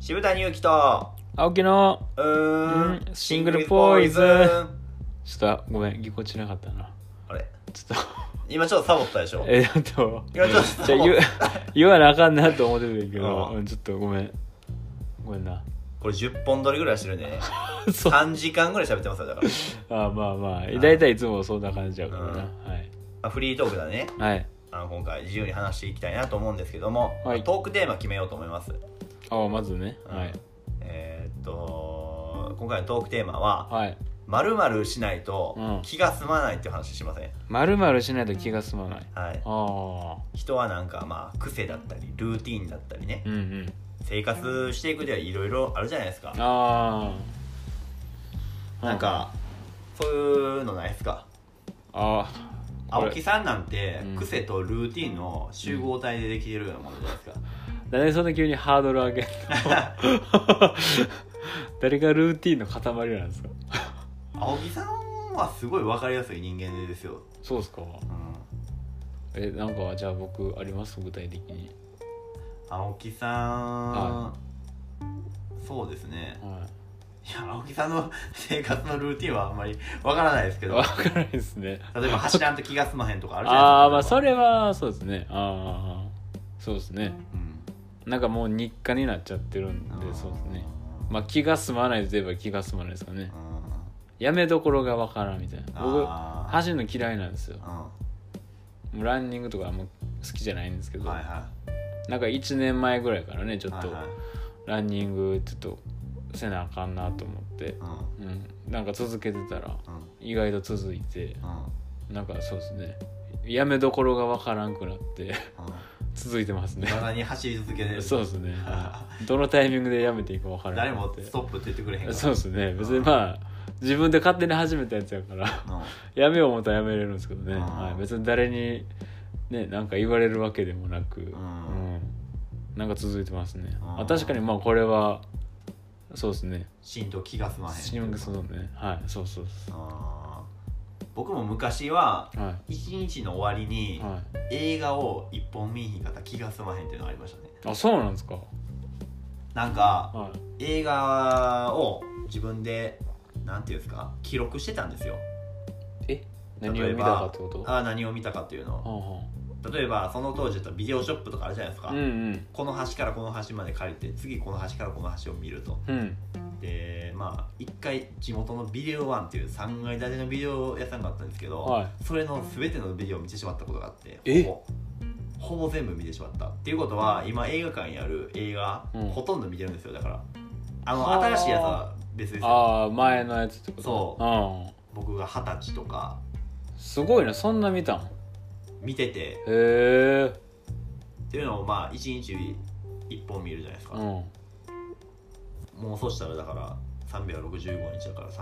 渋谷祐希と青木のシングルポイズン。ちょっとごめん、ぎこちなかったな。 あれちょっと今ちょっとサボったでしょ。 今ちょっと言わなあかんなと思ってたけど、 うんちょっとごめんな。 これ10本撮りぐらいしてるね。 そう 3時間ぐらい喋ってますよだから。 まあだいたいいつもそんな感じやからな。はいフリートークだね。 はい。 今回自由に話していきたいなと思うんですけども、 はいトークテーマ決めようと思います。 まずね、はい。 今回のトークテーマは、 はい。 〇〇しないとうん気が済まないっていう話しません？ 丸々しないと気が済まない。 はい。人はなんか癖だったりルーティンだったりね、 うんうん生活していくではいろいろあるじゃないですか。なんかそういうのないですか？青木さんなんて、癖とルーティンの集合体でできてるようなものじゃないですか。 なんでそんな急にハードル上げるの？誰がルーティンの塊なんですか？ 青木さんはすごい分かりやすい人間ですよ。 そうですか。なんかじゃあ僕あります？具体的に。 青木さん、そうですね。いや、青木さんの生活のルーティンはあんまり分からないですけど。 分からないですね。 例えば走らんと気が済まへんとかあるじゃないですか。 それはそうですね。そうですね。なんかもう日課になっちゃってるんで、そうですね。気が済まないといえば気が済まないですかね。やめどころがわからんみたいな。僕走るの嫌いなんですよ。もうランニングとかあんま好きじゃないんですけど、なんか1年前ぐらいからねちょっとランニングちょっとせなあかんなと思って、なんか続けてたら意外と続いて、なんかそうですね、やめどころがわからんくなって続いてますね。 未だに走り続けてる。 そうですね。どのタイミングでやめていいかわからんくなって。 誰もストップって言ってくれへんから。 そうですね。別に自分で勝手に始めたやつやからやめよう思ったらやめれるんですけどね、別に誰にねなんか言われるわけでもなく、なんか続いてますね。確かにこれはそうですね。 しんと気が済まへん。 そうね。そうそう。 僕も昔は一日の終わりに映画を一本見ひんかったら気が済まへんっていうのがありましたね。 そうなんですか。 なんか、映画を自分でなんていうんですか記録してたんですよ。 何を見たかってこと？ 何を見たかっていうのを、例えばその当時だったらビデオショップとかあるじゃないですか。この端からこの端まで借りて次この端からこの端を見ると、で一回地元のビデオワンっていう3階建てのビデオ屋さんがあったんですけど、それの全てのビデオを見てしまったことがあって、ほぼ全部見てしまったっていうことは今映画館にある映画、ほとんど見てるんですよ。だから新しいやつは別ですよ。 前のやつってこと？ そう、僕が20歳とか。 すごいな、そんな見たん？ 見ててっていうのを1日1本見るじゃないですか。もうそしたらだから365日だから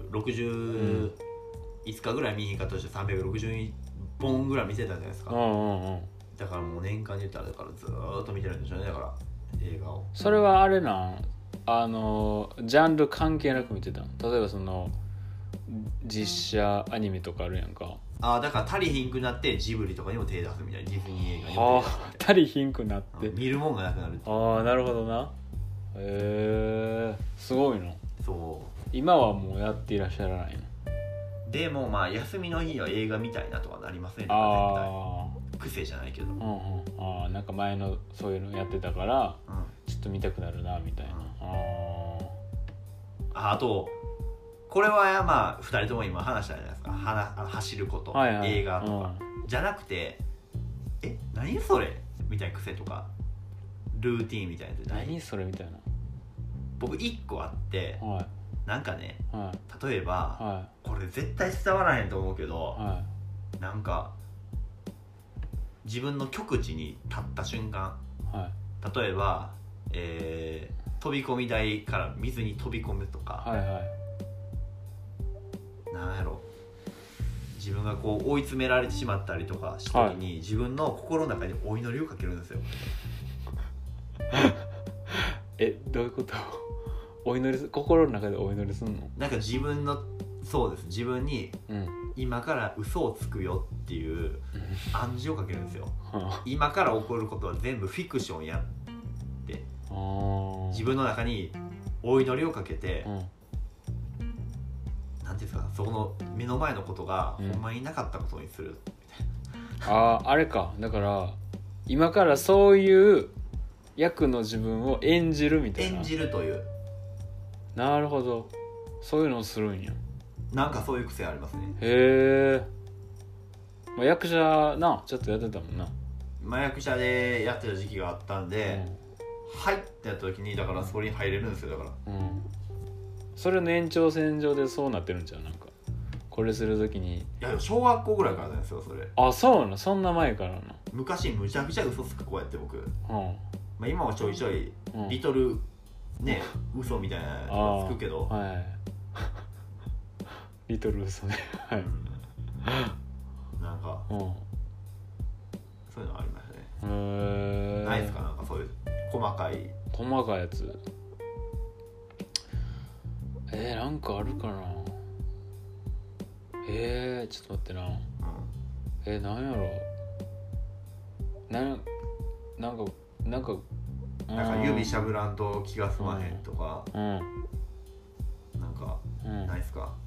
360、5日ぐらい見ひんかったとして361本ぐらい見てたじゃないですか。だからもう年間で言ったらだからずーっと見てるんでしょうね。だから映画を。それはあれなんジャンル関係なく見てたん？例えばその実写アニメとかあるやんか。 だから足りひんくなってジブリとかにも手出すみたいな。ディズニー映画にも手出すみたいな。 足りひんくなって見るもんがなくなるって。 なるほどな。すごいの。 そう今はもうやっていらっしゃらないの？ でも休みの日は映画見たいなとかなりませんね。癖じゃないけど、 なんか前のそういうのやってたから、ちょっと見たくなるなみたいな。 あとこれは2人とも今話したじゃないですか。走ること、映画とか、じゃなくて何それみたいな癖とかルーティーンみたいな。 何それみたいな。 僕1個あって、なんかね、例えば、これ絶対伝わらへんと思うけど、なんか自分の極地に立った瞬間、例えば、飛び込み台から水に飛び込むとか、なんやろ、自分がこう追い詰められてしまったりとかした時に、自分の心の中にお祈りをかけるんですよ。 どういうこと？お祈り心の中でお祈りすんの？ なんか自分のそうです、自分に、今から嘘をつくよっていう暗示をかけるんですよ。今から起こることは全部フィクションやって、 自分の中にお祈りをかけて、 うん、 なんていうんですか、そこの目の前のことがほんまになかったことにする、 あれか、だから今からそういう役の自分を演じるみたいな。 演じるという。 なるほど、そういうのをするんや。 なんかそういう癖ありますね。 へえ。役者なちょっとやってたもんな。 役者でやってた時期があったんで、はいってやった時にだからそれに入れるんですよ。だから、 それの延長線上でそうなってるんちゃう。なんかこれする時に。 いや小学校ぐらいからなんですよそれ。 あ、そうな、そんな前からな。 昔むちゃくちゃ嘘つく子やって僕、今はちょいちょいリトルね、嘘みたいなのつくけど、 はい、リトル嘘ねはい、 なんか、そういうのありましたね。ないですか、なんかそういう細かいやつ。なんかあるかな。ちょっと待ってな。なんやろ。なんか指しゃぶらんと気が済まへんとか、なんか、ないっすか。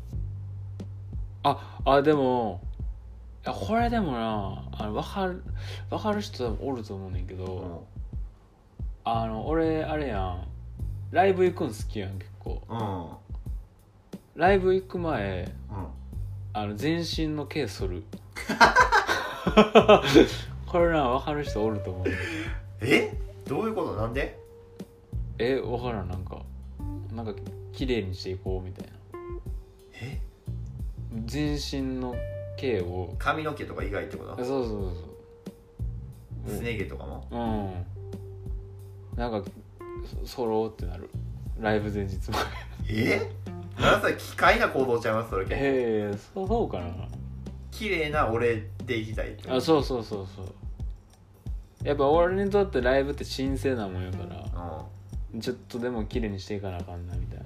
でもこれでもな、分かる人多分おると思うねんけど、俺あれやん、ライブ行くん好きやん結構、ライブ行く前、全身の毛剃るこれな分かる人おると思う。 どういうこと？なんで？ 分からん。なんか綺麗にしていこうみたいな。全身の毛を、 髪の毛とか以外ってこと？ そうすね毛とかも？ なんかそろうってなる、ライブ前日前。 なんかそれ奇怪な行動ちゃいます？それ結構そうかな。 綺麗な俺でいきたいって。 そうやっぱ俺にとってライブって神聖なもんやから、ちょっとでも綺麗にしていかなあかんなみたいな。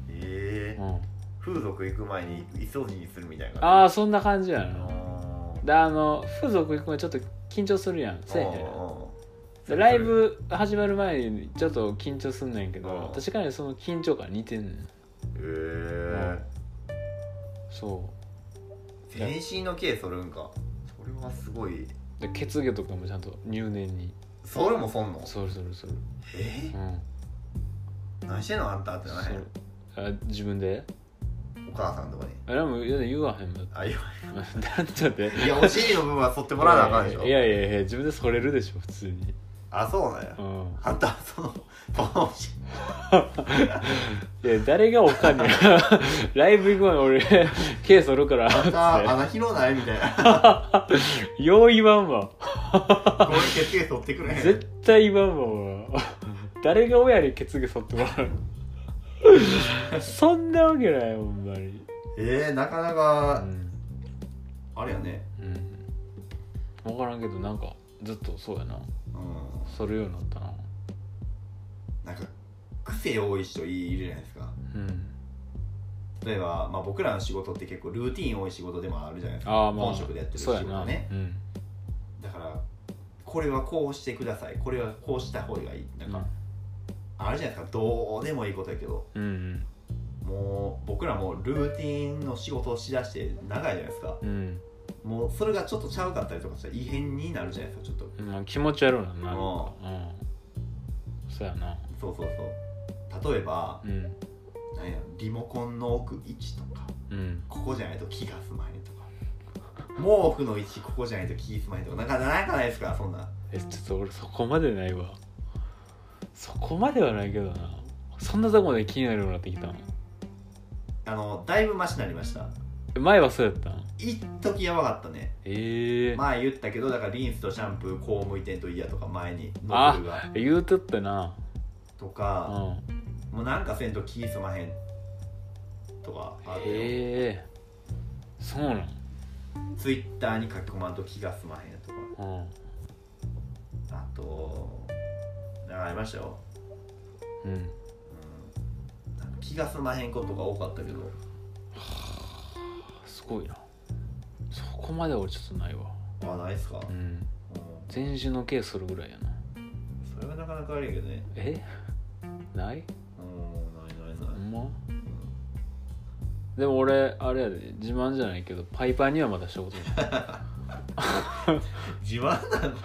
風俗行く前に急ぎにするみたいな。 そんな感じやな。で風俗行く前ちょっと緊張するやん、せえへん。ライブ始まる前にちょっと緊張すんねんけど、確かにその緊張感似てんねん。そう全身の毛剃るんか。それはすごい。 で血毛とかもちゃんと入念に。 それもそんの？ それ何してんのあんたってなへん？ 自分でお母さんとかに。 でも言わへんもん。 言わへんちょっと待って。 いやお尻の部分は剃ってもらわなあかんでしょ。 いや自分で剃れるでしょ普通に。 そうなんや。あんたそのお尻いや誰がおかんねんライブ行く前俺毛剃るからあんた穴広ないみたいなよう言わんわこれ血毛剃ってくれへん。 絶対言わんわ誰が親に血毛剃ってもらうそんなわけないほんまに。 なかなか、あれやね。 分からんけどなんかずっとそうやな、剃るようになったな。 なんか癖多い人いるじゃないですか。例えば、僕らの仕事って結構ルーティン多い仕事でもあるじゃないですか。本職でやってる仕事はね。だからこれはこうしてください、これはこうした方がいい、なんか、あるじゃないですか。どうでもいいことやけど、もう僕らもルーティンの仕事をしだして長いじゃないですか。もうそれがちょっとちゃうかったりとかしたら異変になるじゃないですか。ちょっと、 気持ち悪いな。そうやな。 そう例えば、なんやリモコンの置く位置とか、ここじゃないと気が済まへんとか、毛布の位置ここじゃないと気が済まへんとか、なんかないですかそんな。 ちょっと俺そこまでないわ。そこまではないけどな。そんなとこまで気になるようになってきたの。だいぶマシになりました。 前はそうやったん？ 一時やばかったね。前言ったけど、だからリンスとシャンプーこう向いてんと嫌とか、前にノズルが言うとったなとか、もうなんかせんと気済まへんとかあるよ。 そうなん？ ツイッターに書き込まんと気が済まへんとか、あとなんかありましたよ。気が済まへんことが多かったけど。 すごいな。そこまで俺ちょっとないわ。 ないっすか？ 全身の毛するぐらいやな。 それはなかななかあるけどね。 ないない。 ほんま、でも俺あれやで、自慢じゃないけどパイパンにはまだしたことない自慢なんだよ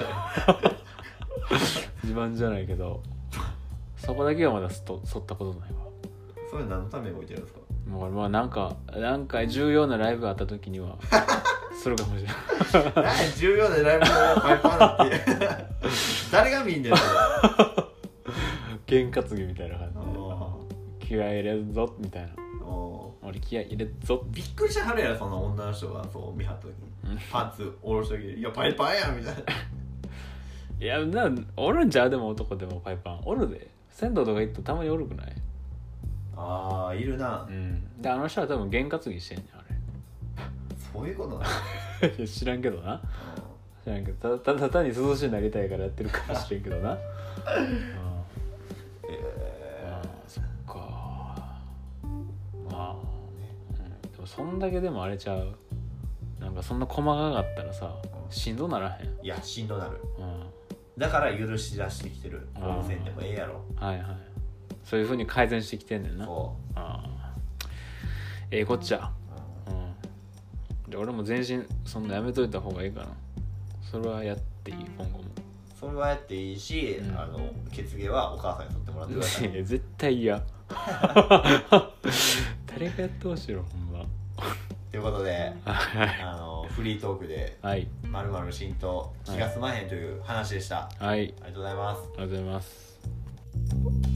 自慢じゃないけどそこだけはまだ剃ったことないわ。 それ何のために置いてるんですか？ もうまあなんか重要なライブがあった時にはするかもしれない何重要なライブのパイパンなんて誰が見んねんそれ験担ぎみたいな感じで気合い入れんぞみたいな。俺気合い入れんぞ。 びっくりしたはるやろ、その女の人がそう見張った時にパンツ下ろした時に「いやパイパンやん」みたいな。 いやおるんちゃう？でも男でもパイパンおるで。仙道とか行ったらたまにおるくない？ ああいるな。 であの人は多分験担ぎしてんねんあれ。 そういうことな知らんけどな。知らんけどただ単に涼しいなりたいからやってるかもしれんけどなそっか。でもそんだけでもあれちゃう。なんかそんな細かかったらさしんどならへん。 いやしんどなる。だから許し出してきてる。この線でもええやろ。はいはい。 そういう風に改善してきてんねんな。そう。こっちゃ。で俺も全身そんなやめといた方がいいかな。それはやっていい？今後も。 それはやっていいし、血毛はお母さんに取ってもらってください。 いや絶対嫌。誰がやってほしいのほんま。 ということでフリートークで〇〇浸透気が済まへんという話でした。はい。ありがとうございます。 ありがとうございます。